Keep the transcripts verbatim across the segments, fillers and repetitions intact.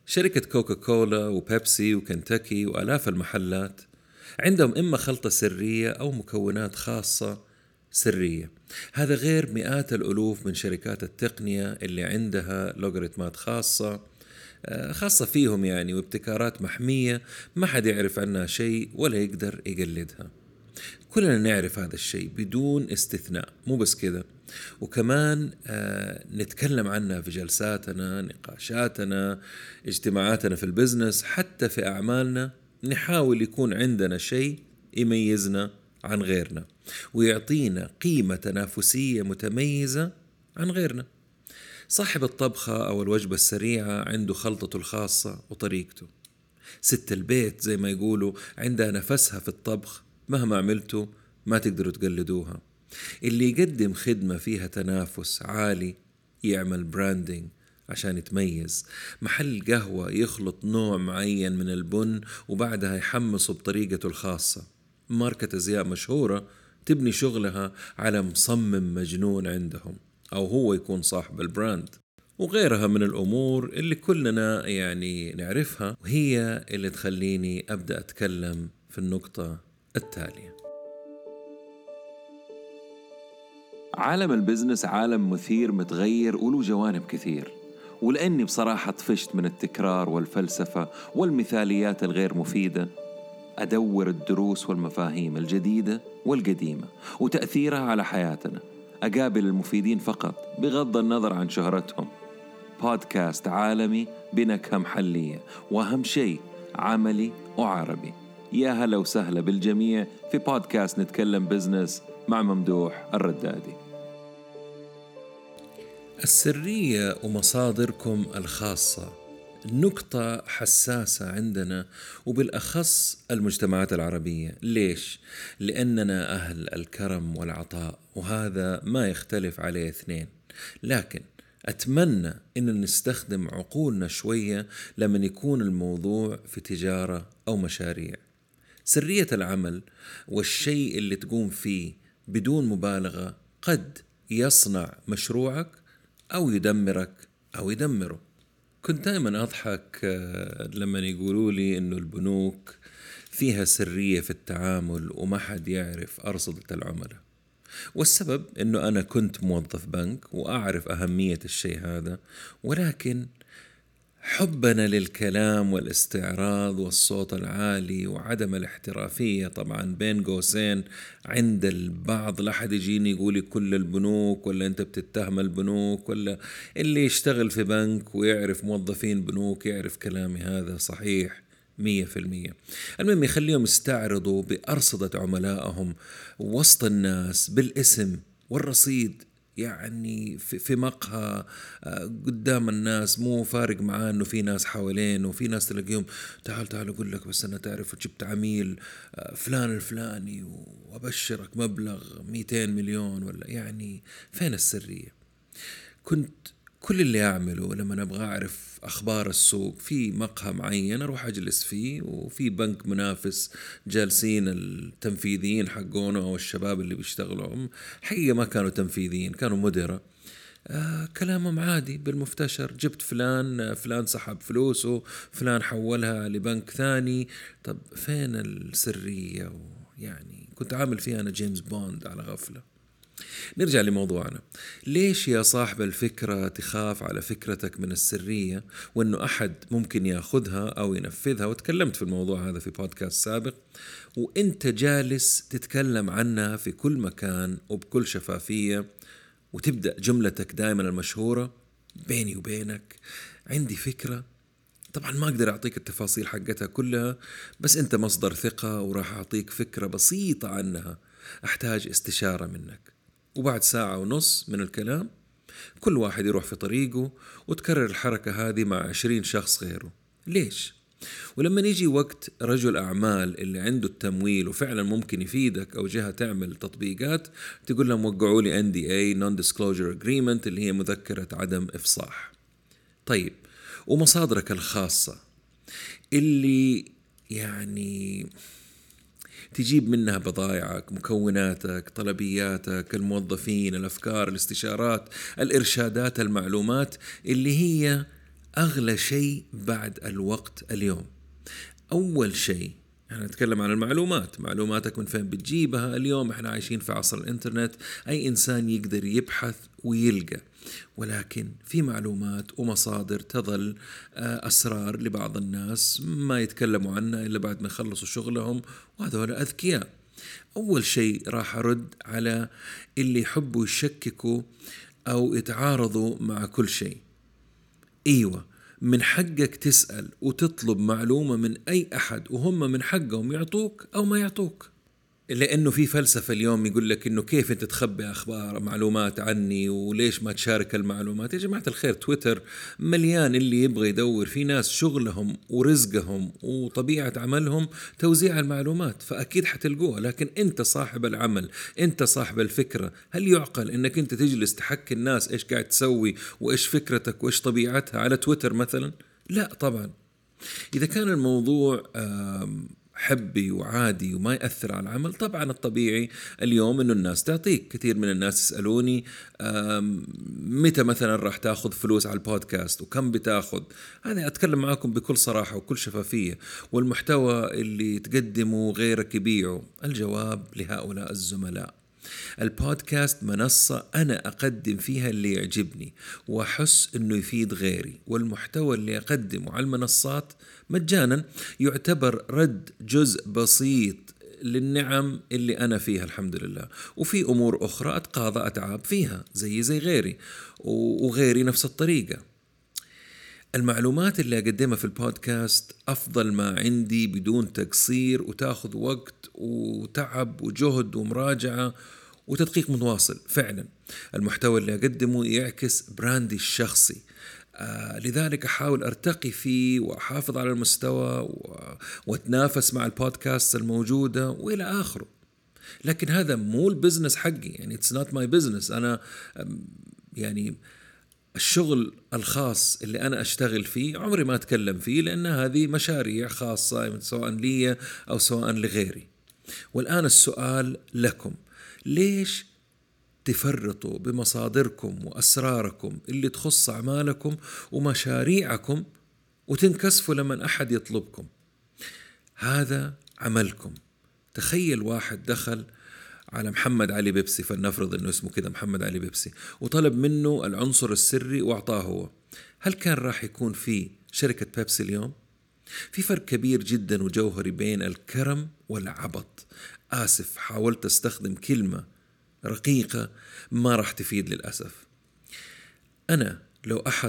شركة كوكا كولا وبيبسي وكنتاكي وآلاف المحلات عندهم إما خلطة سرية أو مكونات خاصة سرية. هذا غير مئات الألوف من شركات التقنية اللي عندها لوغاريتمات خاصة خاصة فيهم يعني، وابتكارات محمية ما حد يعرف عنها شيء ولا يقدر يقلدها. كلنا نعرف هذا الشيء بدون استثناء. مو بس كذا، وكمان آه نتكلم عنها في جلساتنا، نقاشاتنا، اجتماعاتنا في البزنس، حتى في أعمالنا نحاول يكون عندنا شيء يميزنا عن غيرنا ويعطينا قيمة تنافسية متميزة عن غيرنا. صاحب الطبخة أو الوجبة السريعة عنده خلطته الخاصة وطريقته. ست البيت زي ما يقولوا عندها نفسها في الطبخ، مهما عملتوا ما تقدروا تقلدوها. اللي يقدم خدمة فيها تنافس عالي يعمل براندينج عشان يتميز. محل قهوة يخلط نوع معين من البن وبعدها يحمصه بطريقته الخاصة. ماركة أزياء مشهورة تبني شغلها على مصمم مجنون عندهم، أو هو يكون صاحب البراند. وغيرها من الأمور اللي كلنا يعني نعرفها، وهي اللي تخليني أبدأ أتكلم في النقطة التالية. عالم البزنس عالم مثير متغير وله جوانب كثير، ولأني بصراحة طفشت من التكرار والفلسفة والمثاليات الغير مفيدة، أدور الدروس والمفاهيم الجديدة والقديمة وتأثيرها على حياتنا. أقابل المفيدين فقط بغض النظر عن شهرتهم. بودكاست عالمي بنكهة محلية، وأهم شيء عملي وعربي. يا هلا وسهلا بالجميع في بودكاست نتكلم بزنس مع ممدوح الردادي. السرية ومصادركم الخاصة نقطة حساسة عندنا، وبالأخص المجتمعات العربية. ليش؟ لأننا أهل الكرم والعطاء، وهذا ما يختلف عليه اثنين. لكن أتمنى أن نستخدم عقولنا شوية لما يكون الموضوع في تجارة أو مشاريع. سرية العمل والشيء اللي تقوم فيه بدون مبالغة قد يصنع مشروعك أو يدمرك أو يدمره. كنت دائما أضحك لما يقولوا لي إنه البنوك فيها سرية في التعامل وما حد يعرف أرصدة العملاء، والسبب إنه أنا كنت موظف بنك وأعرف أهمية الشيء هذا، ولكن حبنا للكلام والاستعراض والصوت العالي وعدم الاحترافية طبعا بين قوسين عند البعض. لا حد يجيني يقولي كل البنوك، ولا أنت بتتهم البنوك، ولا اللي يشتغل في بنك ويعرف موظفين بنوك يعرف كلامي هذا صحيح مية في المية. المهم يخليهم يستعرضوا بأرصدة عملائهم وسط الناس بالاسم والرصيد، يعني في, في مقهى قدام الناس، مو فارق معاه انه في ناس حوالين وفي ناس تلاقيهم تعال تعال اقول لك بس انا تعرف جبت عميل فلان الفلاني وابشرك مبلغ مئتين مليون، ولا يعني فين السرية؟ كنت كل اللي أعمله لما أبغى أعرف أخبار السوق في مقهى معين أروح أجلس فيه، وفي بنك منافس جالسين التنفيذيين حقونه أو الشباب اللي بيشتغلوا، حقيقة ما كانوا تنفيذيين، كانوا مدراء. آه كلامهم عادي بالمفتشر، جبت فلان فلان سحب فلوسه، فلان حولها لبنك ثاني. طب فين السرية؟ يعني كنت عامل فيها أنا جيمس بوند على غفلة. نرجع لموضوعنا. ليش يا صاحب الفكرة تخاف على فكرتك من السرية وأنه أحد ممكن يأخذها أو ينفذها؟ وتكلمت في الموضوع هذا في بودكاست سابق، وإنت جالس تتكلم عنها في كل مكان وبكل شفافية، وتبدأ جملتك دائما المشهورة بيني وبينك عندي فكرة. طبعا ما أقدر أعطيك التفاصيل حقتها كلها، بس أنت مصدر ثقة وراح أعطيك فكرة بسيطة عنها، أحتاج استشارة منك. وبعد ساعة ونص من الكلام كل واحد يروح في طريقه، وتكرر الحركة هذه مع عشرين شخص غيره. ليش؟ ولما يجي وقت رجل أعمال اللي عنده التمويل وفعلا ممكن يفيدك، أو جهة تعمل تطبيقات، تقول لهم وقعوا لي إن دي إيه Non-Disclosure Agreement اللي هي مذكرة عدم إفصاح. طيب، ومصادرك الخاصة اللي يعني تجيب منها بضائعك، مكوناتك، طلبياتك، الموظفين، الأفكار، الاستشارات، الإرشادات، المعلومات اللي هي أغلى شيء بعد الوقت اليوم. أول شيء احنا نتكلم عن المعلومات، معلوماتك من فين بتجيبها؟ اليوم احنا عايشين في عصر الانترنت، أي إنسان يقدر يبحث ويلقى، ولكن في معلومات ومصادر تظل أسرار لبعض الناس ما يتكلموا عنها إلا بعد ما يخلصوا شغلهم، وهذول أذكياء. أول شيء راح أرد على اللي يحبوا يشككوا أو يتعارضوا مع كل شيء. أيوة، من حقك تسأل وتطلب معلومة من أي أحد، وهم من حقهم يعطوك أو ما يعطوك، لأنه في فلسفة اليوم يقول لك إنه كيف أنت تخبي أخبار معلومات عني وليش ما تشارك المعلومات. يا جماعة الخير، تويتر مليان اللي يبغى يدور، في ناس شغلهم ورزقهم وطبيعة عملهم توزيع المعلومات، فأكيد حتلقوها. لكن أنت صاحب العمل، أنت صاحب الفكرة، هل يعقل إنك أنت تجلس تحكي الناس إيش قاعد تسوي وإيش فكرتك وإيش طبيعتها على تويتر مثلا؟ لا طبعا. إذا كان الموضوع حبي وعادي وما يأثر على العمل، طبعا الطبيعي اليوم إنه الناس تعطيك. كثير من الناس يسألوني متى مثلا راح تاخذ فلوس على البودكاست وكم بتاخذ. هذا أتكلم معاكم بكل صراحة وكل شفافية، والمحتوى اللي تقدمه غيرك يبيعه. الجواب لهؤلاء الزملاء: البودكاست منصة أنا أقدم فيها اللي يعجبني وأحس أنه يفيد غيري، والمحتوى اللي أقدمه على المنصات مجانا يعتبر رد جزء بسيط للنعم اللي أنا فيها الحمد لله، وفي أمور أخرى أتقاضى أتعاب فيها زي زي غيري وغيري نفس الطريقة. المعلومات اللي أقدمها في البودكاست أفضل ما عندي بدون تقصير، وتاخذ وقت وتعب وجهد ومراجعة وتدقيق متواصل. فعلا المحتوى اللي أقدمه يعكس براندي الشخصي، آه لذلك أحاول أرتقي فيه وأحافظ على المستوى و... وأتنافس مع البودكاست الموجودة وإلى آخره. لكن هذا مو البزنس حقي، يعني it's not my business. أنا يعني الشغل الخاص اللي أنا أشتغل فيه عمري ما أتكلم فيه، لأن هذه مشاريع خاصة سواء لي أو سواء لغيري. والآن السؤال لكم: ليش تفرطوا بمصادركم وأسراركم اللي تخص أعمالكم ومشاريعكم وتنكسفوا لما أحد يطلبكم؟ هذا عملكم. تخيل واحد دخل على محمد علي بيبسي، فلنفرض أنه اسمه كده محمد علي بيبسي، وطلب منه العنصر السري وأعطاه هو. هل كان راح يكون في شركة بيبسي اليوم؟ في فرق كبير جدا وجوهري بين الكرم والعبط. آسف، حاولت أستخدم كلمة رقيقة ما راح تفيد للأسف. أنا لو أحد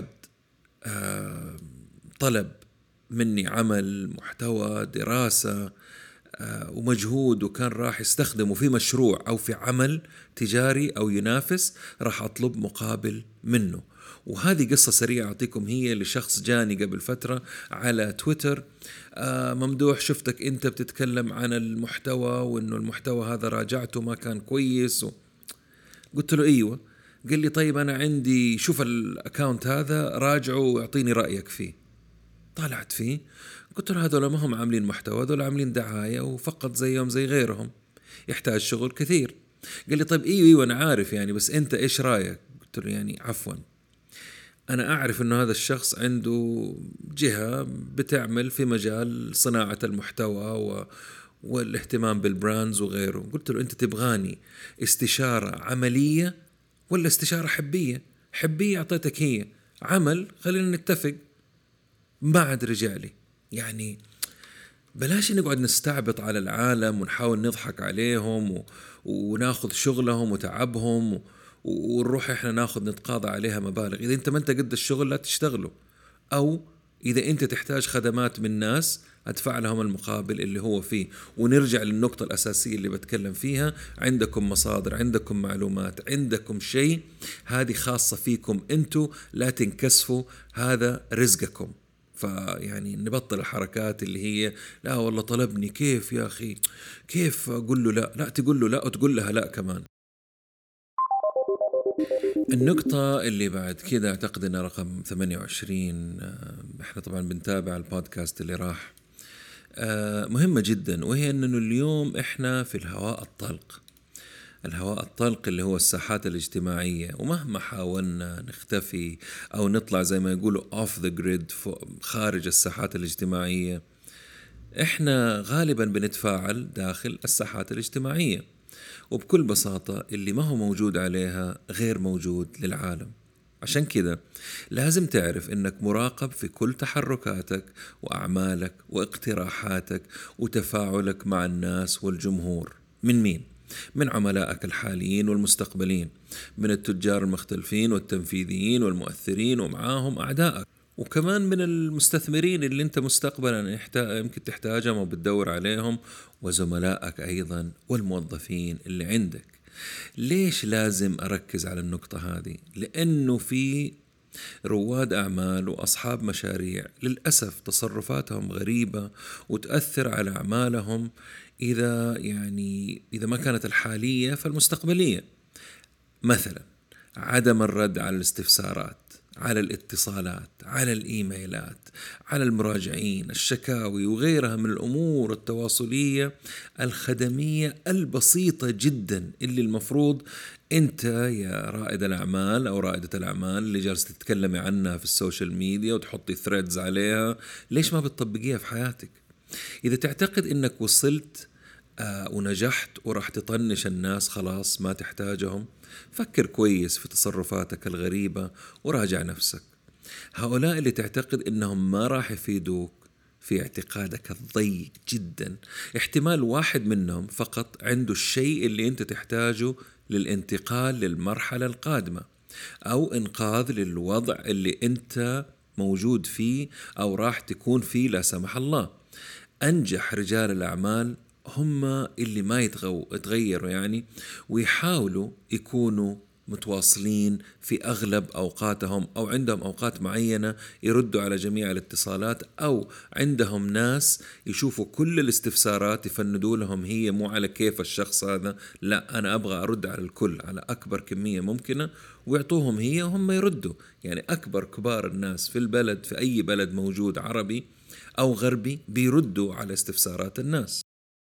آه طلب مني عمل محتوى دراسة آه ومجهود وكان راح يستخدمه في مشروع أو في عمل تجاري أو ينافس، راح أطلب مقابل منه. وهذه قصة سريعة أعطيكم هي لشخص جاني قبل فترة على تويتر: آه ممدوح، شفتك أنت بتتكلم عن المحتوى وإنه المحتوى هذا راجعته ما كان كويس و... قلت له أيوة. قال لي طيب أنا عندي، شوف الأكاونت هذا راجعه ويعطيني رأيك فيه. طالعت فيه، قلت له هذول ما هم عاملين محتوى، هذول عاملين دعاية وفقط زيهم زي غيرهم، يحتاج شغل كثير. قال لي طيب أيوة أيوة أنا عارف يعني، بس أنت إيش رأيك؟ قلت له يعني عفوا، أنا أعرف أنه هذا الشخص عنده جهة بتعمل في مجال صناعة المحتوى و والاهتمام بالبراندز وغيره. قلت له أنت تبغاني استشارة عملية ولا استشارة حبية؟ حبية أعطيتك هي، عمل خلينا نتفق. ما عاد رجع لي. يعني بلاش نقعد نستعبط على العالم ونحاول نضحك عليهم و... وناخذ شغلهم وتعبهم و... ونروح احنا ناخذ نتقاضى عليها مبالغ. إذا أنت ما أنت قد الشغل لا تشتغله، أو إذا أنت تحتاج خدمات من ناس أدفع لهم المقابل اللي هو فيه. ونرجع للنقطة الأساسية اللي بتكلم فيها: عندكم مصادر، عندكم معلومات، عندكم شيء، هذه خاصة فيكم أنتوا، لا تنكسفوا، هذا رزقكم. فيعني نبطل الحركات اللي هي لا والله طلبني كيف يا أخي، كيف أقول له لا، لا تقول له لا وتقول لها لا كمان. النقطة اللي بعد كده أعتقد أنها رقم ثمانية وعشرين، احنا طبعا بنتابع البودكاست اللي راح، مهمة جدا، وهي أنه اليوم احنا في الهواء الطلق. الهواء الطلق اللي هو الساحات الاجتماعية. ومهما حاولنا نختفي أو نطلع زي ما يقولوا off the grid خارج الساحات الاجتماعية، إحنا غالبا بنتفاعل داخل الساحات الاجتماعية، وبكل بساطة اللي ما هو موجود عليها غير موجود للعالم. عشان كده لازم تعرف إنك مراقب في كل تحركاتك وأعمالك واقتراحاتك وتفاعلك مع الناس والجمهور. من مين؟ من عملائك الحاليين والمستقبلين، من التجار المختلفين والتنفيذيين والمؤثرين، ومعاهم أعدائك، وكمان من المستثمرين اللي انت مستقبلا يمكن تحتاجهم وبتدور عليهم، وزملائك أيضا والموظفين اللي عندك. ليش لازم أركز على النقطة هذه؟ لأنه في رواد أعمال وأصحاب مشاريع للأسف تصرفاتهم غريبة وتأثر على أعمالهم، إذا يعني إذا ما كانت الحالية فالمستقبلية. مثلا عدم الرد على الاستفسارات، على الاتصالات، على الإيميلات، على المراجعين، الشكاوي وغيرها من الأمور التواصلية الخدمية البسيطة جدا اللي المفروض أنت يا رائد الأعمال أو رائدة الأعمال اللي جالس تتكلمي عنها في السوشيال ميديا وتحطي ثريدز عليها، ليش ما بتطبقيها في حياتك؟ إذا تعتقد أنك وصلت آه ونجحت وراح تطنش الناس خلاص ما تحتاجهم، فكر كويس في تصرفاتك الغريبة وراجع نفسك. هؤلاء اللي تعتقد انهم ما راح يفيدوك في اعتقادك الضيق جدا، احتمال واحد منهم فقط عنده الشيء اللي انت تحتاجه للانتقال للمرحلة القادمة او انقاذ للوضع اللي انت موجود فيه او راح تكون فيه لا سمح الله. أنجح رجال الأعمال هم اللي ما يتغو يتغيروا يعني، ويحاولوا يكونوا متواصلين في أغلب أوقاتهم، أو عندهم أوقات معينة يردوا على جميع الاتصالات، أو عندهم ناس يشوفوا كل الاستفسارات يفندوا لهم هي مو على كيف الشخص هذا، لا أنا أبغى أرد على الكل على أكبر كمية ممكنة، ويعطوهم هي وهم يردوا. يعني أكبر كبار الناس في البلد، في أي بلد موجود عربي أو غربي، بيردوا على استفسارات الناس.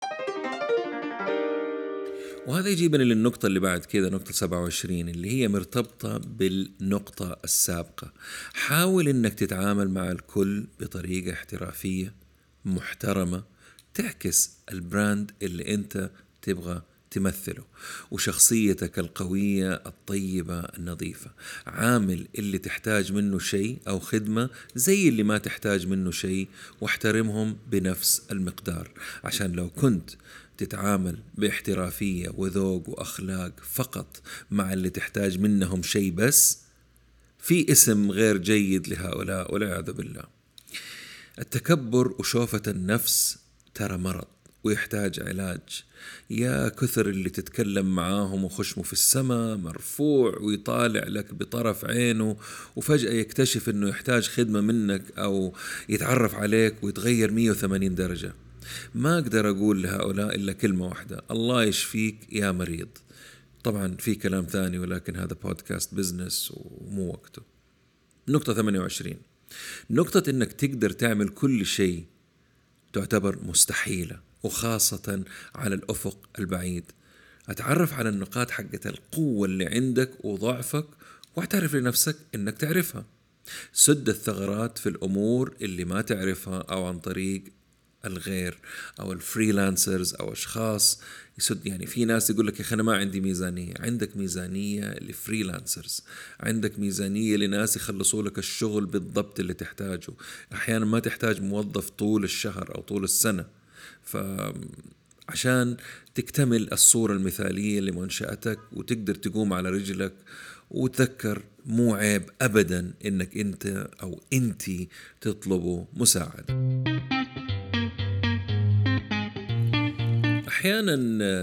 وهذا يجيبني للنقطة اللي بعد كده، نقطة سبعة وعشرين، اللي هي مرتبطة بالنقطة السابقة. حاول إنك تتعامل مع الكل بطريقة احترافية محترمة تعكس البراند اللي أنت تبغى تمثله وشخصيتك القوية الطيبة النظيفة. عامل اللي تحتاج منه شيء أو خدمة زي اللي ما تحتاج منه شيء، واحترمهم بنفس المقدار. عشان لو كنت تتعامل باحترافية وذوق وأخلاق فقط مع اللي تحتاج منهم شيء بس، في اسم غير جيد لهؤلاء والعياذ بالله. التكبر وشوفة النفس ترى مرض ويحتاج علاج. يا كثر اللي تتكلم معاهم وخشمه في السماء مرفوع ويطالع لك بطرف عينه، وفجأة يكتشف انه يحتاج خدمة منك او يتعرف عليك ويتغير مية وثمانين درجة. ما أقدر أقول لهؤلاء إلا كلمة واحدة: الله يشفيك يا مريض. طبعا في كلام ثاني ولكن هذا بودكاست بزنس ومو وقته. نقطة ثمانية وعشرين، نقطة إنك تقدر تعمل كل شيء تعتبر مستحيلة، وخاصة على الأفق البعيد. أتعرف على النقاط حقة القوة اللي عندك وضعفك، واعترف لنفسك إنك تعرفها. سد الثغرات في الأمور اللي ما تعرفها، أو عن طريق الغير أو الفريلانسرز أو أشخاص يسد. يعني في ناس يقول لك يا أخي أنا ما عندي ميزانية. عندك ميزانية لفريلانسرز، عندك ميزانية لناس يخلصوا لك الشغل بالضبط اللي تحتاجه. أحيانا ما تحتاج موظف طول الشهر أو طول السنة، فعشان تكتمل الصورة المثالية لمنشأتك وتقدر تقوم على رجلك. وتذكر مو عيب أبدا إنك أنت أو أنتي تطلبوا مساعدة. أحيانا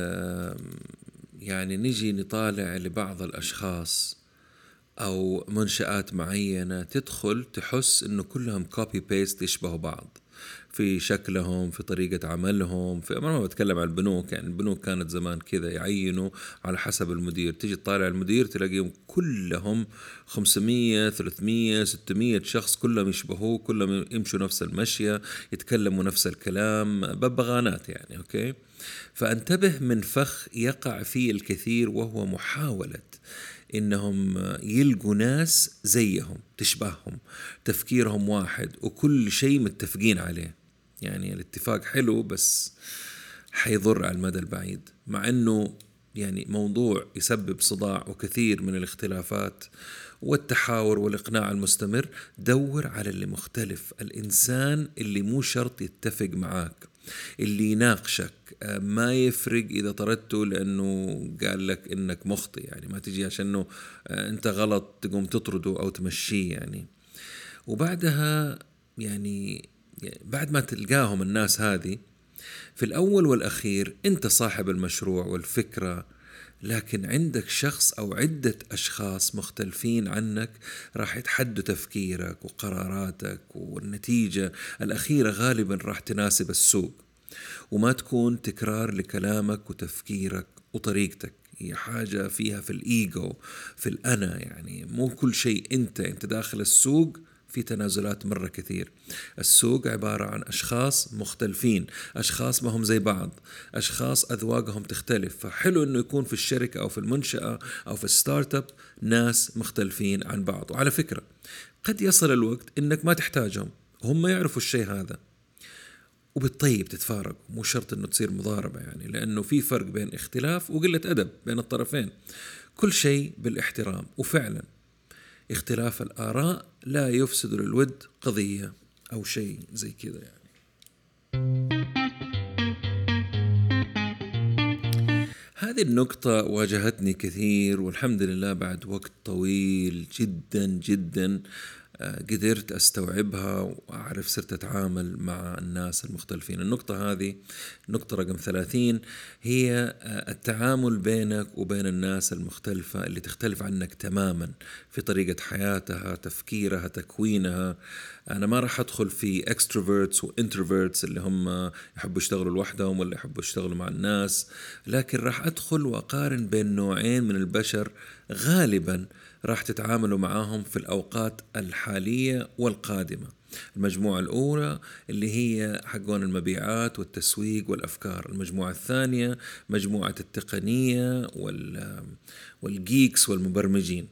يعني نجي نطالع لبعض الأشخاص أو منشآت معينة، تدخل تحس إنه كلهم كوبي بيست يشبهوا بعض. في شكلهم، في طريقة عملهم. في أنا ما بتكلم عن البنوك، يعني البنوك كانت زمان كذا يعينوا على حسب المدير، تيجي تطالع المدير تلاقيهم كلهم خمسمية ثلاثمية ستمية شخص كلهم يشبهوه، كلهم يمشوا نفس المشية، يتكلموا نفس الكلام، ببغانات يعني. أوكي، فانتبه من فخ يقع فيه الكثير، وهو محاولة إنهم يلقوا ناس زيهم تشبههم، تفكيرهم واحد وكل شيء متفقين عليه. يعني الاتفاق حلو بس حيضر على المدى البعيد، مع أنه يعني موضوع يسبب صداع وكثير من الاختلافات والتحاور والإقناع المستمر. دور على اللي مختلف، الإنسان اللي مو شرط يتفق معاك، اللي يناقشك، ما يفرق إذا طردته لأنه قال لك إنك مخطئ، يعني ما تجي عشانه أنت غلط تقوم تطرده أو تمشيه يعني. وبعدها يعني بعد ما تلقاهم الناس هذه، في الأول والأخير أنت صاحب المشروع والفكرة، لكن عندك شخص أو عدة أشخاص مختلفين عنك راح يتحدوا تفكيرك وقراراتك، والنتيجة الأخيرة غالبا راح تناسب السوق وما تكون تكرار لكلامك وتفكيرك وطريقتك. هي حاجة فيها في الإيجو، في الأنا، يعني مو كل شيء أنت أنت داخل السوق في تنازلات مرة كثير. السوق عبارة عن أشخاص مختلفين، أشخاص ما هم زي بعض، أشخاص أذواقهم تختلف. فحلو أنه يكون في الشركة أو في المنشأة أو في الستارت اب ناس مختلفين عن بعض. وعلى فكرة قد يصل الوقت أنك ما تحتاجهم، هم يعرفوا الشيء هذا، وبالطيب تتفارق، مو شرط أنه تصير مضاربة يعني، لأنه في فرق بين اختلاف وقلة أدب بين الطرفين. كل شيء بالاحترام، وفعلا اختلاف الآراء لا يفسد للود قضية أو شيء زي كذا يعني. هذه النقطة واجهتني كثير، والحمد لله بعد وقت طويل جدا جدا قدرت أستوعبها وأعرف، صرت أتعامل مع الناس المختلفين. النقطة هذه نقطة رقم ثلاثين، هي التعامل بينك وبين الناس المختلفة اللي تختلف عنك تماما في طريقة حياتها، تفكيرها، تكوينها. أنا ما راح أدخل في extroverts و introverts اللي هم يحبوا يشتغلوا لوحدهم ولا يحبوا يشتغلوا مع الناس، لكن راح أدخل وأقارن بين نوعين من البشر غالبا راح تتعاملوا معاهم في الأوقات الحالية والقادمة. المجموعة الأولى اللي هي حقون المبيعات والتسويق والأفكار، المجموعة الثانية مجموعة التقنية والجيكس والمبرمجين.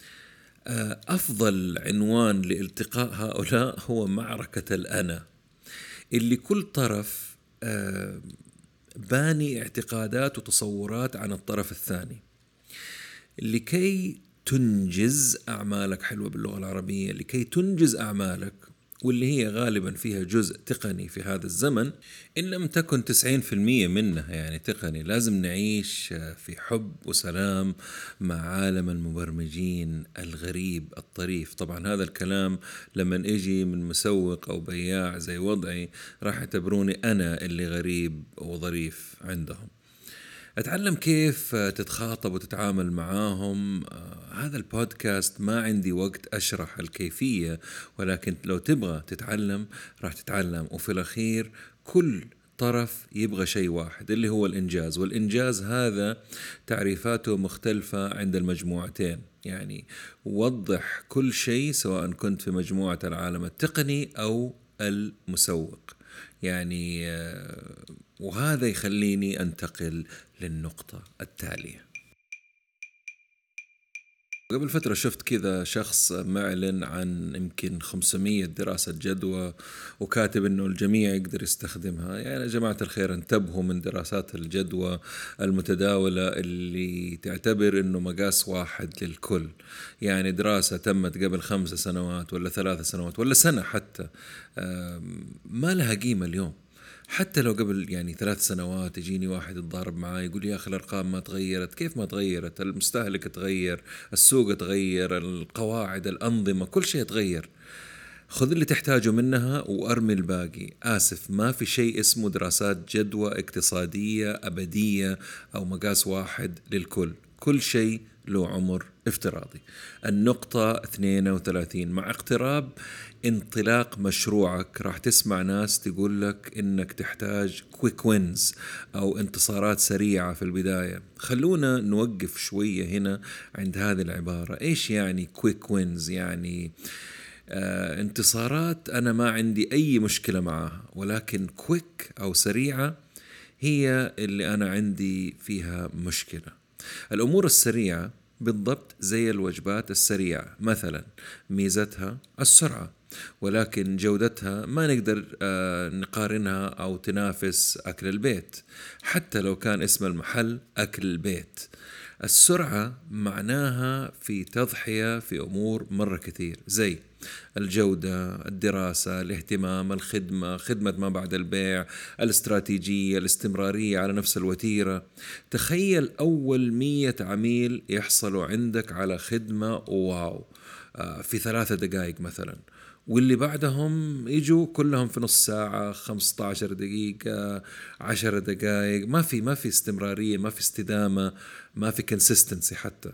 أفضل عنوان لالتقاء هؤلاء هو معركة الأنا، اللي كل طرف باني اعتقادات وتصورات عن الطرف الثاني. لكي تنجز أعمالك، حلوة باللغة العربية، لكي تنجز أعمالك واللي هي غالبا فيها جزء تقني في هذا الزمن، إن لم تكن تسعين في المية منها يعني تقني، لازم نعيش في حب وسلام مع عالم المبرمجين الغريب الطريف. طبعا هذا الكلام لما اجي من مسوق أو بياع زي وضعي راح يعتبروني أنا اللي غريب وظريف عندهم. أتعلم كيف تتخاطب وتتعامل معاهم. آه هذا البودكاست ما عندي وقت أشرح الكيفية، ولكن لو تبغى تتعلم راح تتعلم. وفي الأخير كل طرف يبغى شيء واحد اللي هو الإنجاز، والإنجاز هذا تعريفاته مختلفة عند المجموعتين. يعني وضح كل شيء سواء كنت في مجموعة العالم التقني أو المسوق يعني. وهذا يخليني أنتقل للنقطة التالية. قبل فترة شفت كذا شخص معلن عن يمكن خمسمية دراسة جدوى، وكاتب إنه الجميع يقدر يستخدمها. يعني يا جماعة الخير انتبهوا من دراسات الجدوى المتداولة اللي تعتبر إنه مقاس واحد للكل. يعني دراسة تمت قبل خمس سنوات ولا ثلاث سنوات ولا سنة حتى ما لها قيمة اليوم. حتى لو قبل يعني ثلاث سنوات يجيني واحد يتضارب معاي يقول يا أخي الأرقام ما تغيرت. كيف ما تغيرت؟ المستهلك تغير، السوق تغير، القواعد، الأنظمة، كل شيء تغير. خذ اللي تحتاجه منها وأرمي الباقي. آسف، ما في شيء اسمه دراسات جدوى اقتصادية أبدية أو مقاس واحد للكل. كل شيء له عمر افتراضي. النقطة اثنين وثلاثين، مع اقتراب انطلاق مشروعك راح تسمع ناس تقول لك إنك تحتاج كويك وينز أو انتصارات سريعة في البداية. خلونا نوقف شوية هنا عند هذه العبارة. إيش يعني كويك وينز؟ يعني آه انتصارات أنا ما عندي أي مشكلة معها، ولكن كويك أو سريعة هي اللي أنا عندي فيها مشكلة. الأمور السريعة بالضبط زي الوجبات السريعة مثلا، ميزتها السرعة، ولكن جودتها ما نقدر آه، نقارنها أو تنافس أكل البيت حتى لو كان اسم المحل أكل البيت. السرعة معناها في تضحية في أمور مرة كثير زي الجودة، الدراسة، الاهتمام، الخدمة، خدمة ما بعد البيع، الاستراتيجية، الاستمرارية على نفس الوتيرة. تخيل أول مية عميل يحصلوا عندك على خدمة واو آه، في ثلاثة دقائق مثلا، واللي بعدهم يجوا كلهم في نص ساعة، خمسة عشر دقيقة، عشر دقائق. ما في ما في استمرارية، ما في استدامة، ما في consistency حتى.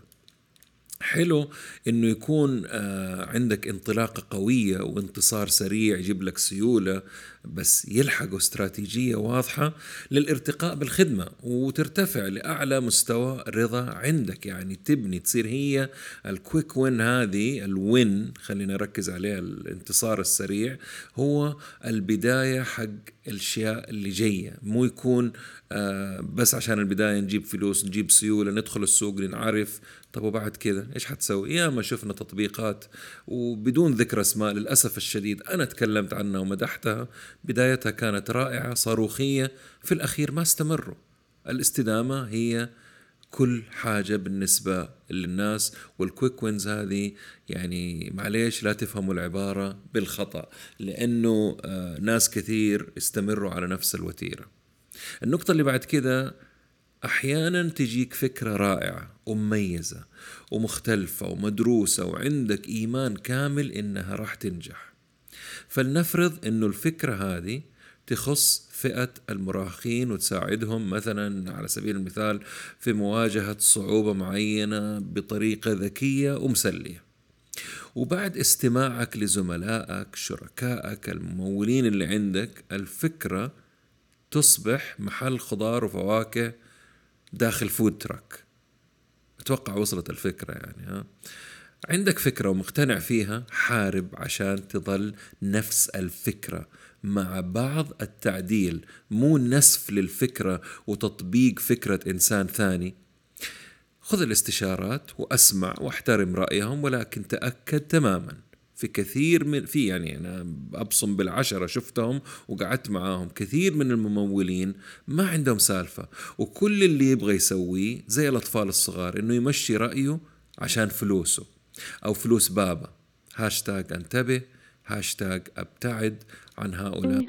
حلو انه يكون آه عندك انطلاقة قوية وانتصار سريع يجيب لك سيولة، بس يلحقوا استراتيجية واضحة للارتقاء بالخدمة وترتفع لأعلى مستوى رضا عندك. يعني تبني تصير هي الكويك وين، هذه الوين خلينا نركز عليها، الانتصار السريع هو البداية حق الأشياء اللي جاية. مو يكون آه بس عشان البداية نجيب فلوس، نجيب سيولة، ندخل السوق نعرف. طب وبعد كذا ايش حتسوي؟ يا ما شفنا تطبيقات وبدون ذكر اسماء للاسف الشديد انا تكلمت عنها ومدحتها، بدايتها كانت رائعه صاروخيه، في الاخير ما استمروا. الاستدامه هي كل حاجة بالنسبة للناس، والكويك وينز هذه يعني معليش لا تفهموا العبارة بالخطأ، لأنه آه ناس كثير استمروا على نفس الوتيرة. النقطة اللي بعد كده، أحيانا تجيك فكرة رائعة ومميزة ومختلفة ومدروسة وعندك إيمان كامل إنها راح تنجح. فلنفرض إنه الفكرة هذه تخص فئة المراهقين وتساعدهم مثلا على سبيل المثال في مواجهة صعوبة معينة بطريقة ذكية ومسلية. وبعد استماعك لزملائك، شركائك، الممولين اللي عندك، الفكرة تصبح محل خضار وفواكه داخل فود تراك. أتوقع وصلت الفكرة يعني. ها، عندك فكرة ومقتنع فيها، حارب عشان تظل نفس الفكرة مع بعض التعديل، مو نسف للفكرة وتطبيق فكرة إنسان ثاني. خذ الاستشارات وأسمع واحترم رأيهم، ولكن تأكد تماما في كثير من في يعني أنا أبصم بالعشرة شفتهم وقعدت معاهم، كثير من الممولين ما عندهم سالفة، وكل اللي يبغى يسويه زي الأطفال الصغار إنه يمشي رأيه عشان فلوسه أو فلوس بابا. هاشتاج انتبه، هاشتاج أبتعد عن هؤلاء.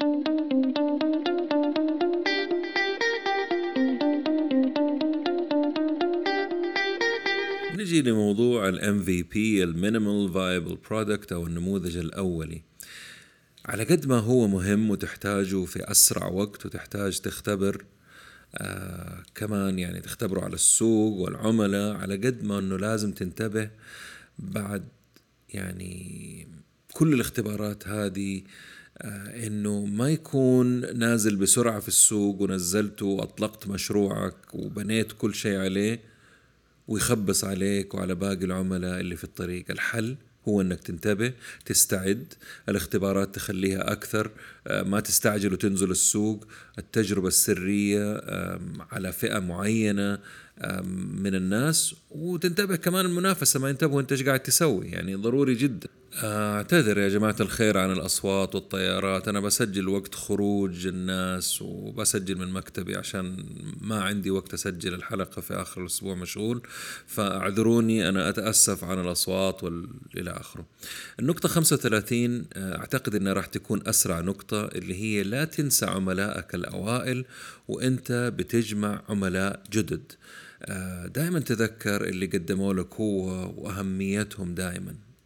نجي لموضوع ال إم في بي، ال Minimal Viable Product أو النموذج الأولي. على قد ما هو مهم وتحتاجه في أسرع وقت وتحتاج تختبر آه كمان يعني تختبره على السوق والعملاء، على قد ما أنه لازم تنتبه بعد يعني كل الاختبارات هذه آه إنه ما يكون نازل بسرعة في السوق ونزلته وأطلقت مشروعك وبنيت كل شيء عليه ويخبص عليك وعلى باقي العملاء اللي في الطريق. الحل هو أنك تنتبه، تستعد، الاختبارات تخليها أكثر، ما تستعجل وتنزل السوق، التجربة السرية على فئة معينة من الناس، وتنتبه كمان المنافسة ما ينتبهوا أنت إيش قاعد تسوي. يعني ضروري جدا. اعتذر يا جماعة الخير عن الأصوات والطيارات، أنا بسجل وقت خروج الناس وبسجل من مكتبي عشان ما عندي وقت أسجل الحلقة في آخر الأسبوع مشغول، فاعذروني، أنا أتأسف عن الأصوات والإلى آخره. النقطة خمسة وثلاثين أعتقد أنها راح تكون أسرع نقطة، اللي هي لا تنسى عملائك الأوائل وأنت بتجمع عملاء جدد. دائما تذكر اللي قدموا لك هو وأهميتهم دائما.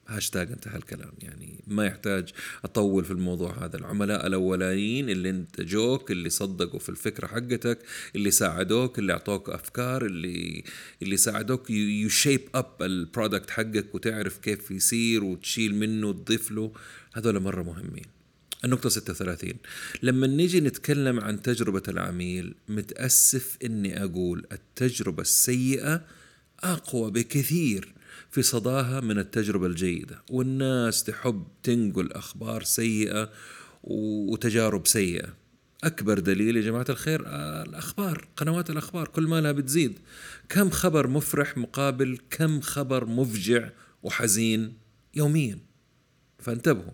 هاشتاج انتهى الكلام. يعني ما يحتاج أطول في الموضوع هذا. العملاء الأولانيين اللي انت جوك، اللي صدقوا في الفكرة حقتك، اللي ساعدوك، اللي أعطوك أفكار، اللي اللي ساعدوك يو شيب أب البرودكت حقك وتعرف كيف يصير وتشيل منه وتضيف له، هذول مرة مهمين. النقطة ستة وثلاثين، لما نيجي نتكلم عن تجربة العميل، متأسف إني أقول التجربة السيئة أقوى بكثير في صداها من التجربة الجيدة، والناس تحب تنقل أخبار سيئة وتجارب سيئة. أكبر دليل يا جماعة الخير آه، الأخبار، قنوات الأخبار كل ما لها بتزيد. كم خبر مفرح مقابل كم خبر مفجع وحزين يوميا، فانتبهوا.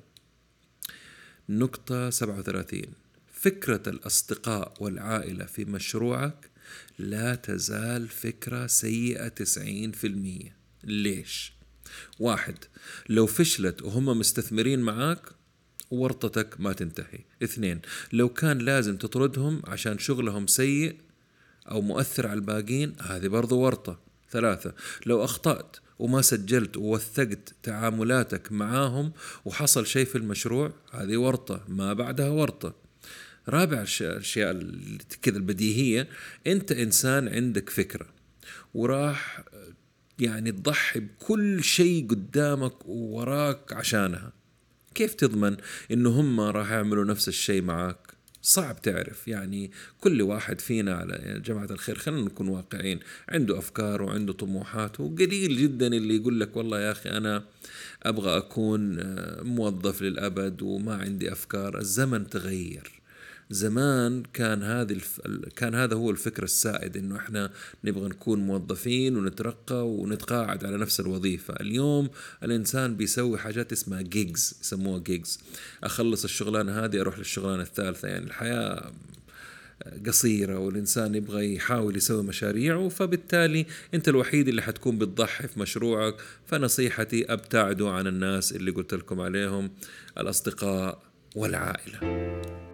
نقطة سبعة وثلاثين، فكرة الأصدقاء والعائلة في مشروعك لا تزال فكرة سيئة تسعين في المية. ليش؟ واحد، لو فشلت وهم مستثمرين معاك ورطتك ما تنتهي. اثنين، لو كان لازم تطردهم عشان شغلهم سيء أو مؤثر على الباقين، هذه برضو ورطة. ثلاثة، لو أخطأت وما سجلت ووثقت تعاملاتك معاهم وحصل شيء في المشروع، هذه ورطة ما بعدها ورطة. رابع الأشياء كذا البديهية، أنت إنسان عندك فكرة وراح يعني تضحي بكل شيء قدامك ووراك عشانها، كيف تضمن إنه هم راح يعملوا نفس الشيء معاك؟ صعب تعرف. يعني كل واحد فينا على يا جماعة الخير خلينا نكون واقعين، عنده أفكار وعنده طموحات، وقليل جدا اللي يقول لك والله يا أخي أنا أبغى أكون موظف للأبد وما عندي أفكار. الزمن تغير. زمان كان هذه الف... كان هذا هو الفكر السائد، إنه إحنا نبغى نكون موظفين ونترقى ونتقاعد على نفس الوظيفة. اليوم الإنسان بيسوي حاجات اسمها جيجز، يسموها جيجز، أخلص الشغلانة هذه أروح للشغلانة الثالثة. يعني الحياة قصيرة والإنسان يبغى يحاول يسوي مشاريعه، فبالتالي أنت الوحيد اللي حتكون بتضحي في مشروعك. فنصيحتي أبتعدوا عن الناس اللي قلت لكم عليهم، الأصدقاء والعائلة.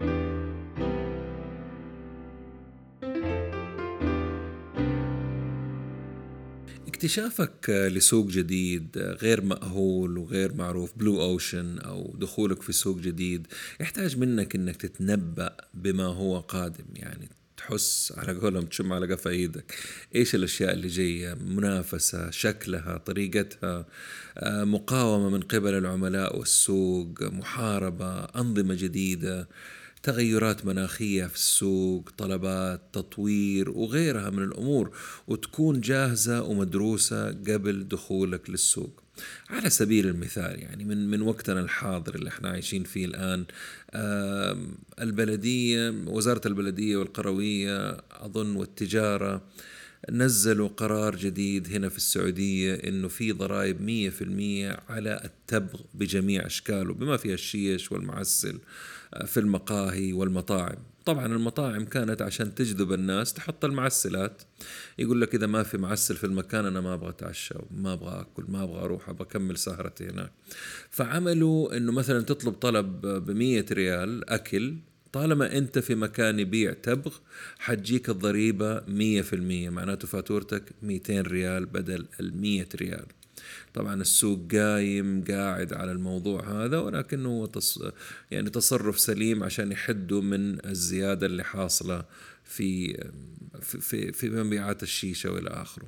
اكتشافك لسوق جديد غير مأهول وغير معروف، بلو أوشن، أو دخولك في سوق جديد، يحتاج منك أنك تتنبأ بما هو قادم. يعني تحس على قولهم تشم على قفا ايدك ايش الاشياء اللي جايه، منافسه، شكلها، طريقتها، مقاومه من قبل العملاء والسوق، محاربه، انظمه جديده، تغيرات مناخية في السوق، طلبات تطوير وغيرها من الأمور، وتكون جاهزة ومدروسة قبل دخولك للسوق. على سبيل المثال، يعني من من وقتنا الحاضر اللي احنا عايشين فيه الآن، البلدية، وزارة البلدية والقروية أظن والتجارة نزلوا قرار جديد هنا في السعودية إنه في ضرائب مية في المية على التبغ بجميع أشكاله، بما فيها الشيش والمعسل في المقاهي والمطاعم. طبعا المطاعم كانت عشان تجذب الناس تحط المعسلات، يقول لك إذا ما في معسل في المكان أنا ما أبغى أتعشى، ما أبغى أكل، ما أبغى أروح، أبغى أكمل سهرتي هناك. فعملوا إنه مثلا تطلب طلب بمية ريال أكل، طالما أنت في مكان يبيع تبغ حتجيك الضريبة مية في المية، معناته فاتورتك ميتين ريال بدل المية ريال. طبعا السوق قايم قاعد على الموضوع هذا، ولكنه هو تص... يعني تصرف سليم عشان يحدوا من الزيادة اللي حاصلة في في في مبيعات الشيشة والى آخره.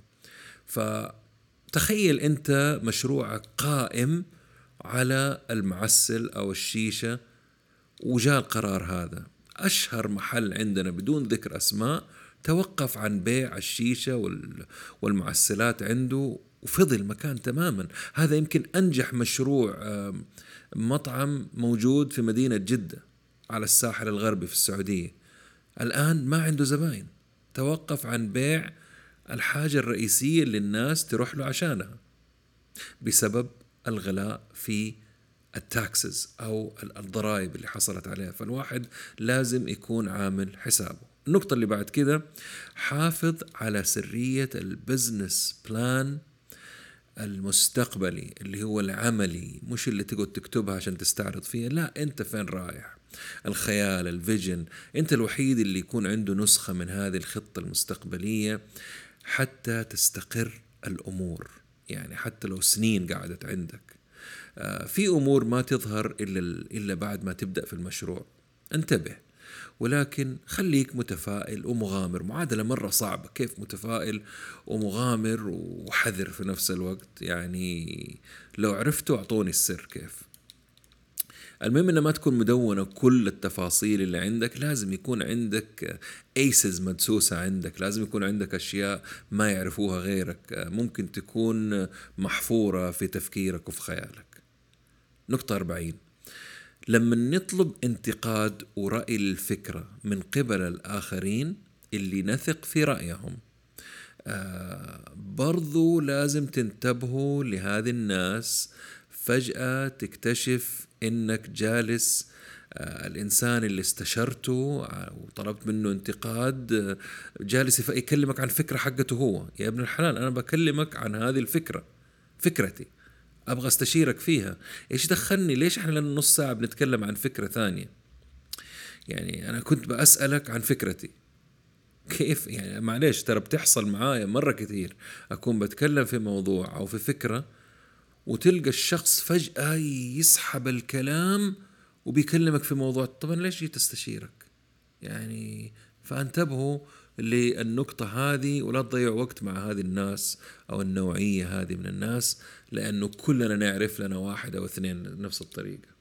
فتخيل أنت مشروعك قائم على المعسل أو الشيشة وجاء القرار هذا، أشهر محل عندنا بدون ذكر أسماء توقف عن بيع الشيشة والمعسلات عنده وفضل المكان تماما. هذا يمكن أنجح مشروع مطعم موجود في مدينة جدة على الساحل الغربي في السعودية، الآن ما عنده زباين، توقف عن بيع الحاجة الرئيسية اللي الناس تروح له عشانها بسبب الغلاء في التاكسز أو الضرائب اللي حصلت عليها. فالواحد لازم يكون عامل حسابه. النقطة اللي بعد كده، حافظ على سرية البزنس بلان المستقبلي اللي هو العملي، مش اللي تقعد تكتبها عشان تستعرض فيها، لا، انت فين رايح، الخيال، الفيجن. انت الوحيد اللي يكون عنده نسخة من هذه الخطة المستقبلية حتى تستقر الأمور، يعني حتى لو سنين قعدت عندك. آه، في أمور ما تظهر إلا إلا بعد ما تبدأ في المشروع. انتبه، ولكن خليك متفائل ومغامر. معادلة مرة صعبة، كيف متفائل ومغامر وحذر في نفس الوقت؟ يعني لو عرفتوا أعطوني السر كيف. المهم إن ما تكون مدونة كل التفاصيل اللي عندك، لازم يكون عندك ايسز مدسوسة عندك، لازم يكون عندك أشياء ما يعرفوها غيرك، ممكن تكون محفورة في تفكيرك وفي خيالك. نقطة أربعين: لما نطلب انتقاد ورأي الفكرة من قبل الآخرين اللي نثق في رأيهم، آه برضو لازم تنتبهوا لهذه الناس. فجأة تكتشف إنك جالس، آه الإنسان اللي استشرته آه وطلبت منه انتقاد، آه جالس يكلمك عن فكرة حقته هو. يا ابن الحلال، أنا بكلمك عن هذه الفكرة، فكرتي، أبغى استشيرك فيها. إيش دخلني؟ ليش إحنا لنا نص ساعة بنتكلم عن فكرة ثانية؟ يعني أنا كنت بأسألك عن فكرتي. كيف يعني؟ معليش، ترى بتحصل معايا مرة كثير، أكون بتكلم في موضوع أو في فكرة وتلقى الشخص فجأة يسحب الكلام وبيكلمك في موضوع. طبعا ليش جيت استشيرك يعني؟ فانتبهوا للنقطة هذه ولا تضيعوا وقت مع هذه الناس أو النوعية هذه من الناس، لأنه كلنا نعرف لنا واحد أو اثنين نفس الطريقة.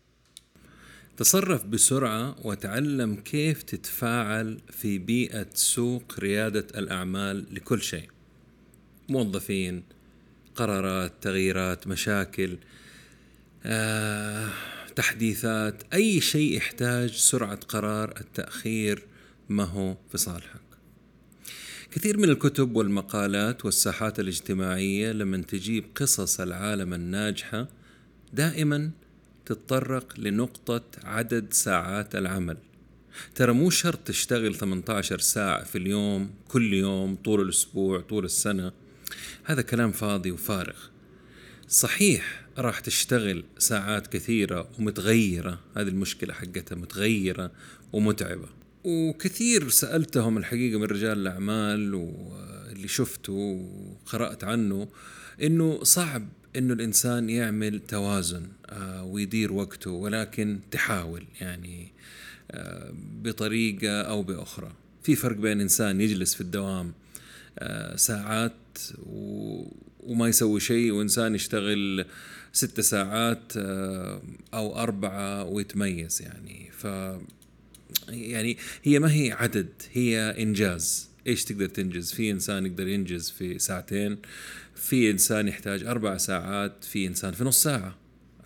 تصرف بسرعة وتعلم كيف تتفاعل في بيئة سوق ريادة الأعمال لكل شيء: موظفين، قرارات، تغييرات، مشاكل، آه، تحديثات. أي شيء يحتاج سرعة قرار، التأخير ما هو في صالحك. كثير من الكتب والمقالات والساحات الاجتماعية لما تجيب قصص العالم الناجحة دائما تتطرق لنقطة عدد ساعات العمل. ترى مو شرط تشتغل ثمانية عشر ساعة في اليوم كل يوم طول الأسبوع طول السنة، هذا كلام فاضي وفارغ. صحيح راح تشتغل ساعات كثيرة ومتغيرة، هذه المشكلة حقتها، متغيرة ومتعبة. وكثير سألتهم الحقيقة من رجال الأعمال واللي شفته وقرأت عنه إنه صعب إنه الإنسان يعمل توازن ويدير وقته، ولكن تحاول يعني بطريقة أو بأخرى. في فرق بين إنسان يجلس في الدوام ساعات وما يسوي شيء، وإنسان يشتغل ست ساعات أو أربعة ويتميز يعني. ف يعني هي ما هي عدد، هي إنجاز. إيش تقدر تنجز؟ في إنسان يقدر ينجز في ساعتين، في إنسان يحتاج أربع ساعات، في إنسان في نص ساعة.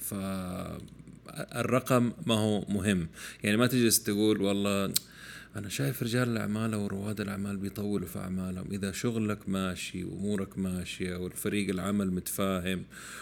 فالرقم ما هو مهم. يعني ما تجلس تقول والله أنا شايف رجال الأعمال أو رواد الأعمال بيطولوا في أعمالهم. إذا شغلك ماشي وأمورك ماشية والفريق العمل متفاهم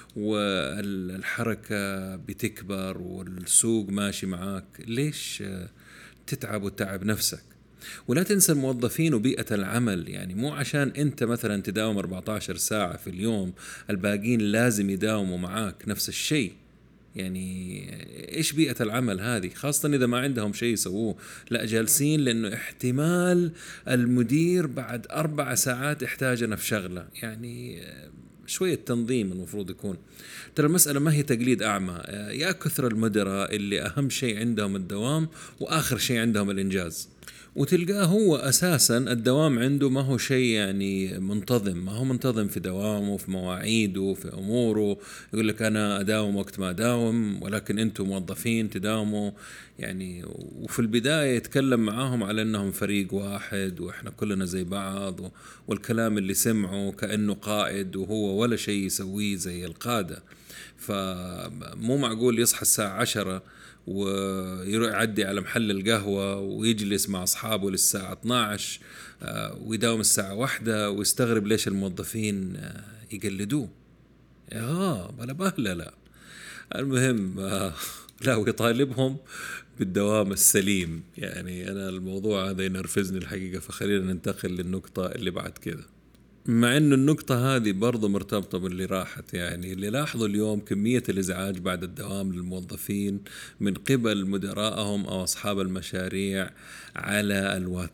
والحركة بتكبر والسوق ماشي معاك، ليش تتعب وتتعب نفسك؟ ولا تنسى الموظفين وبيئة العمل. يعني مو عشان أنت مثلا تداوم أربعة عشر ساعة في اليوم الباقين لازم يداوموا معاك نفس الشيء. يعني إيش بيئة العمل هذه؟ خاصة إذا ما عندهم شيء يسووه، لا جالسين لأنه احتمال المدير بعد أربع ساعات يحتاجنا في شغلة. يعني شوية تنظيم المفروض يكون. ترى المسألة ما هي تقليد أعمى. يا كثر المدراء اللي أهم شيء عندهم الدوام وآخر شيء عندهم الإنجاز، وتلقاه هو أساسا الدوام عنده ما هو شيء يعني منتظم، ما هو منتظم في دوامه في مواعيده في أموره. يقول لك أنا أداوم وقت ما أداوم، ولكن أنتم موظفين تداوموا يعني. وفي البداية يتكلم معاهم على أنهم فريق واحد وإحنا كلنا زي بعض، والكلام اللي سمعه كأنه قائد وهو ولا شيء يسويه زي القادة. فمو معقول يصحى الساعة عشرة ويروح يعدي على محل القهوة ويجلس مع أصحابه للساعة اثنا عشر ويداوم الساعة واحدة ويستغرب ليش الموظفين يقلدوه. آه بلا بهلا لا. المهم لا، ويطالبهم بالدوام السليم. يعني أنا الموضوع هذا ينرفزني الحقيقة، فخلينا ننتقل للنقطة اللي بعد كذا. مع إنه النقطة هذه برضو مرتبطة باللي راحت. يعني اللي لاحظوا اليوم كمية الإزعاج بعد الدوام للموظفين من قبل مدراءهم أو أصحاب المشاريع على الواتساب.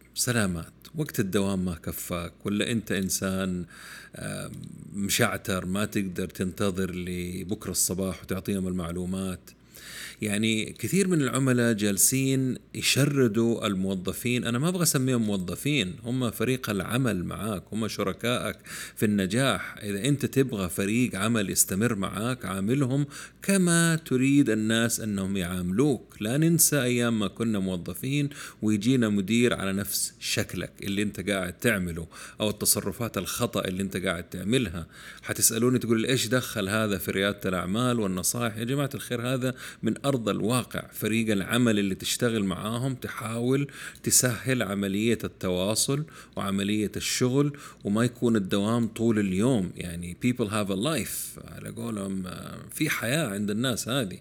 سلامات. وقت الدوام ما كفاك، ولا أنت إنسان مشعتر ما تقدر تنتظر لبكرة الصباح وتعطيهم المعلومات؟ يعني كثير من العملاء جالسين يشردوا الموظفين. أنا ما أبغى أسميهم موظفين، هم فريق العمل معاك، هم شركائك في النجاح. إذا أنت تبغى فريق عمل يستمر معاك، عاملهم كما تريد الناس أنهم يعاملوك. لا ننسى أيام ما كنا موظفين ويجينا مدير على نفس شكلك اللي أنت قاعد تعمله، أو التصرفات الخطأ اللي أنت قاعد تعملها. حتسألوني تقول إيش دخل هذا في ريادة الأعمال والنصائح؟ يا جماعة الخير، هذا من أرض الواقع. فريق العمل اللي تشتغل معاهم تحاول تسهل عملية التواصل وعملية الشغل، وما يكون الدوام طول اليوم. يعني people have a life على قولهم، في حياة عند الناس هذه.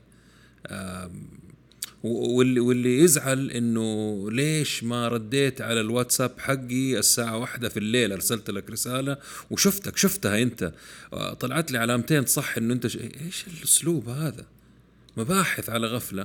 واللي, واللي يزعل انه ليش ما رديت على الواتساب حقي الساعة واحدة في الليل، ارسلت لك رسالة وشفتك شفتها انت، طلعت لي علامتين صح انه انت ش... ايش الاسلوب هذا؟ مباحث على غفلة.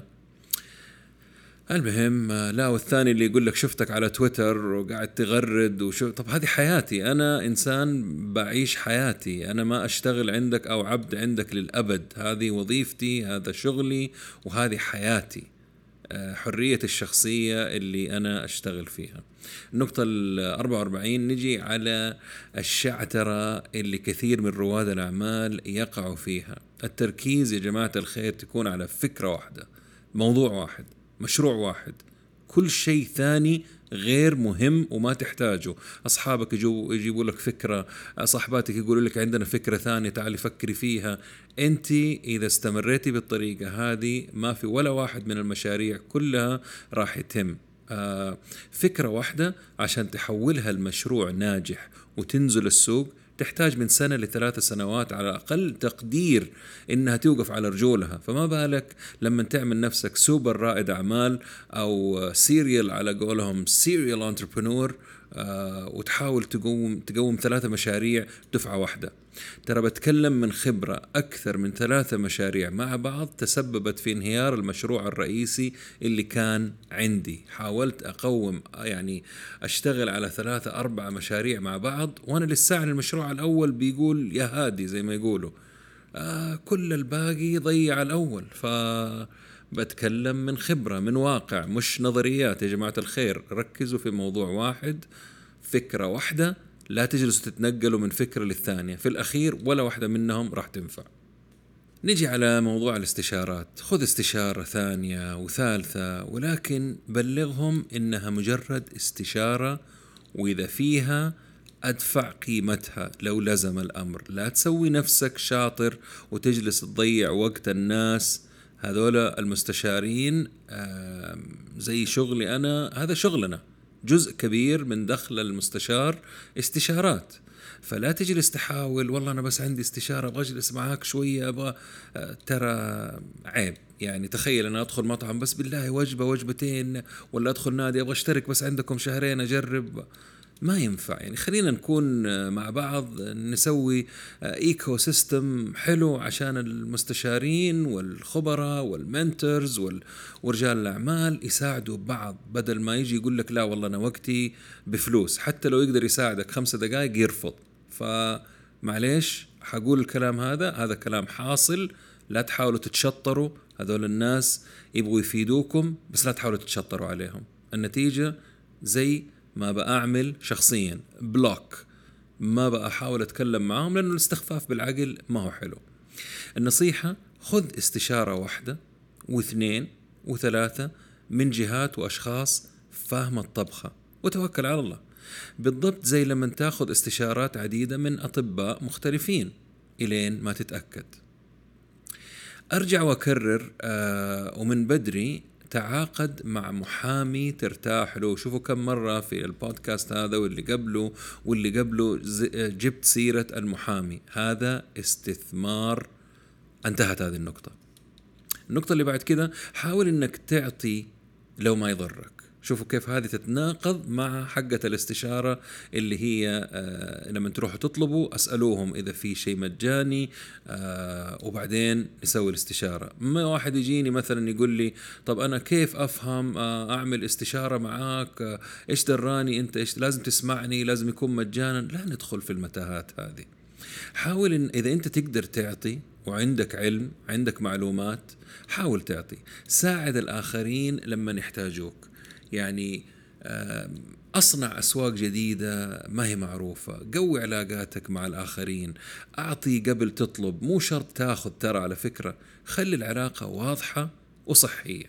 المهم، لا، والثاني اللي يقول لك شفتك على تويتر وقاعد تغرد وشو. طب هذه حياتي، أنا إنسان بعيش حياتي، أنا ما أشتغل عندك أو عبد عندك للأبد. هذه وظيفتي، هذا شغلي، وهذه حياتي، حرية الشخصية اللي أنا أشتغل فيها. النقطة الأربعة وأربعين، نجي على الشعترة اللي كثير من رواد الأعمال يقعوا فيها. التركيز يا جماعة الخير تكون على فكرة واحدة، موضوع واحد، مشروع واحد. كل شيء ثاني غير مهم وما تحتاجه. أصحابك يجوا يجيبوا لك فكرة، صاحباتك يقولوا لك عندنا فكرة ثانية تعالي فكري فيها. أنت إذا استمريتي بالطريقة هذه ما في ولا واحد من المشاريع كلها راح يتم. آه فكرة واحدة عشان تحولها المشروع ناجح وتنزل السوق تحتاج من سنة لثلاث سنوات على أقل تقدير إنها توقف على رجولها. فما بالك لما تعمل نفسك سوبر رائد أعمال أو سيريال على قولهم سيريال انتربرنور، آه وتحاول تقوم تقوم ثلاثة مشاريع دفعة واحدة. ترى بتكلم من خبرة، أكثر من ثلاثة مشاريع مع بعض تسببت في انهيار المشروع الرئيسي اللي كان عندي. حاولت أقوم يعني أشتغل على ثلاثة أربعة مشاريع مع بعض، وأنا لسه المشروع الأول بيقول يا هادي زي ما يقولوا، آه كل الباقي ضيع الأول. ف بتكلم من خبرة، من واقع، مش نظريات يا جماعة الخير. ركزوا في موضوع واحد، فكرة واحدة، لا تجلسوا تتنقلوا من فكرة للثانية، في الأخير ولا واحدة منهم راح تنفع. نجي على موضوع الاستشارات. خذ استشارة ثانية وثالثة، ولكن بلغهم إنها مجرد استشارة، وإذا فيها أدفع قيمتها لو لزم الأمر. لا تسوي نفسك شاطر وتجلس تضيع وقت الناس. هذول المستشارين زي شغلي أنا، هذا شغلنا، جزء كبير من دخل المستشار استشارات. فلا تجلس تحاول والله أنا بس عندي استشارة أبغى أجلس معاك شوية أبغى، ترى عيب. يعني تخيل أنا أدخل مطعم بس بالله وجبة وجبتين، ولا أدخل نادي أبغى أشترك بس عندكم شهرين أجرب، ما ينفع. يعني خلينا نكون مع بعض نسوي ايكو سيستم حلو عشان المستشارين والخبراء والمنتورز ورجال الأعمال يساعدوا بعض، بدل ما يجي يقول لك لا والله أنا وقتي بفلوس. حتى لو يقدر يساعدك خمسة دقائق يرفض. فمعليش حقول الكلام هذا، هذا كلام حاصل. لا تحاولوا تتشطروا، هذول الناس يبغوا يفيدوكم بس لا تحاولوا تتشطروا عليهم. النتيجة زي ما بأعمل شخصيا بلوك، ما بقى أحاول أتكلم معهم لأنه الاستخفاف بالعقل ما هو حلو. النصيحة، خذ استشارة واحدة واثنين وثلاثة من جهات وأشخاص فاهم الطبخة، وتوكل على الله. بالضبط زي لما تاخذ استشارات عديدة من أطباء مختلفين إلين ما تتأكد. أرجع وأكرر آه ومن بدري، تعاقد مع محامي ترتاح له. شوفوا كم مرة في البودكاست هذا واللي قبله واللي قبله جبت سيرة المحامي. هذا استثمار. انتهت هذه النقطة. النقطة اللي بعد كده، حاول انك تعطي لو ما يضرك. شوفوا كيف هذه تتناقض مع حقة الاستشارة اللي هي آه لما تروحوا تطلبوا أسألوهم إذا في شيء مجاني آه وبعدين نسوي الاستشارة. ما واحد يجيني مثلا يقول لي طب أنا كيف أفهم آه أعمل استشارة معاك، آه إيش دراني أنت، إيش لازم تسمعني، لازم يكون مجانا. لا ندخل في المتاهات هذه. حاول إن إذا أنت تقدر تعطي وعندك علم عندك معلومات حاول تعطي، ساعد الآخرين لما يحتاجوك. يعني أصنع أسواق جديدة ما هي معروفة، قوي علاقاتك مع الآخرين، أعطي قبل تطلب، مو شرط تاخذ ترى، على فكرة خلي العلاقة واضحة وصحية.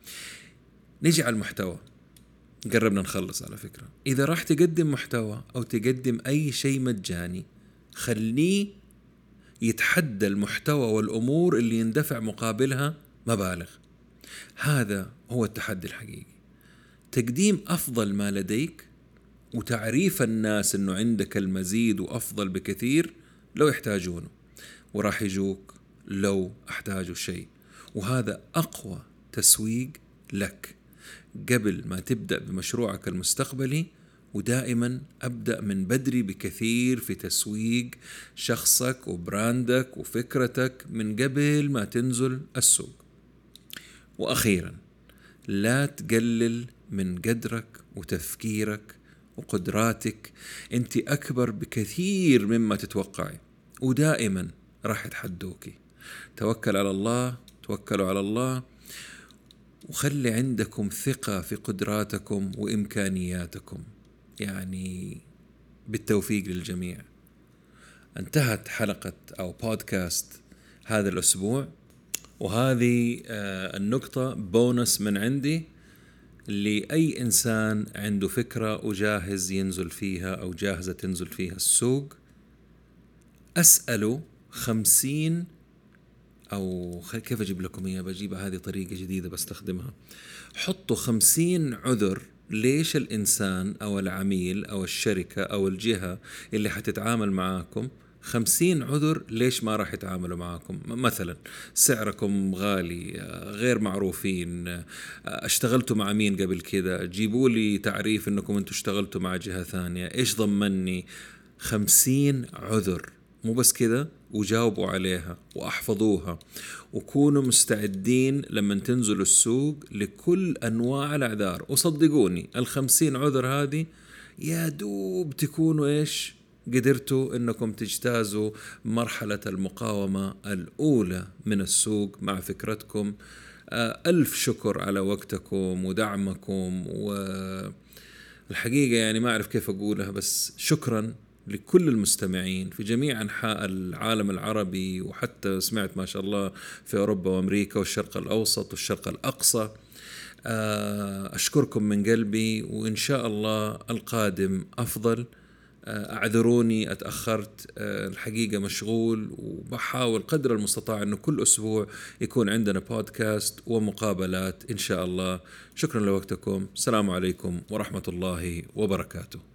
نجي على المحتوى، قربنا نخلص على فكرة. إذا راح تقدم محتوى أو تقدم أي شيء مجاني خليه يتحدى المحتوى والأمور اللي يندفع مقابلها مبالغ. هذا هو التحدي الحقيقي، تقديم أفضل ما لديك وتعريف الناس أنه عندك المزيد وأفضل بكثير لو يحتاجونه، وراح يجوك لو احتاجوا شيء. وهذا أقوى تسويق لك قبل ما تبدأ بمشروعك المستقبلي. ودائما أبدأ من بدري بكثير في تسويق شخصك وبراندك وفكرتك من قبل ما تنزل السوق. وأخيرا لا تقلل من قدرك وتفكيرك وقدراتك، أنت أكبر بكثير مما تتوقعي، ودائما راح يتحدوكي. توكل على الله، توكلوا على الله، وخلي عندكم ثقة في قدراتكم وإمكانياتكم. يعني بالتوفيق للجميع. انتهت حلقة أو بودكاست هذا الأسبوع، وهذه النقطة بونس من عندي لأي إنسان عنده فكرة وجاهز ينزل فيها أو جاهزة تنزل فيها السوق. أسأله خمسين أو كيف أجيب لكم إياه، بجيبها هذه طريقة جديدة بستخدمها. حطوا خمسين عذر ليش الإنسان أو العميل أو الشركة أو الجهة اللي حتتعامل معاكم، خمسين عذر ليش ما راح يتعاملوا معاكم. مثلا سعركم غالي، غير معروفين، اشتغلتوا مع مين قبل كده، جيبوا لي تعريف انكم انتوا اشتغلتوا مع جهة ثانية، ايش ضمني. خمسين عذر، مو بس كده، وجاوبوا عليها واحفظوها، وكونوا مستعدين لما تنزلوا السوق لكل انواع الاعذار. وصدقوني الخمسين عذر هذه يا دوب تكونوا ايش قدرتوا انكم تجتازوا مرحلة المقاومة الاولى من السوق مع فكرتكم. الف شكر على وقتكم ودعمكم، والحقيقة يعني ما اعرف كيف اقولها، بس شكرا لكل المستمعين في جميع أنحاء العالم العربي، وحتى سمعت ما شاء الله في أوروبا وأمريكا والشرق الأوسط والشرق الأقصى. أشكركم من قلبي، وإن شاء الله القادم أفضل. أعذروني أتأخرت، الحقيقة مشغول، وبحاول قدر المستطاع أنه كل أسبوع يكون عندنا بودكاست ومقابلات إن شاء الله. شكرا لوقتكم، السلام عليكم ورحمة الله وبركاته.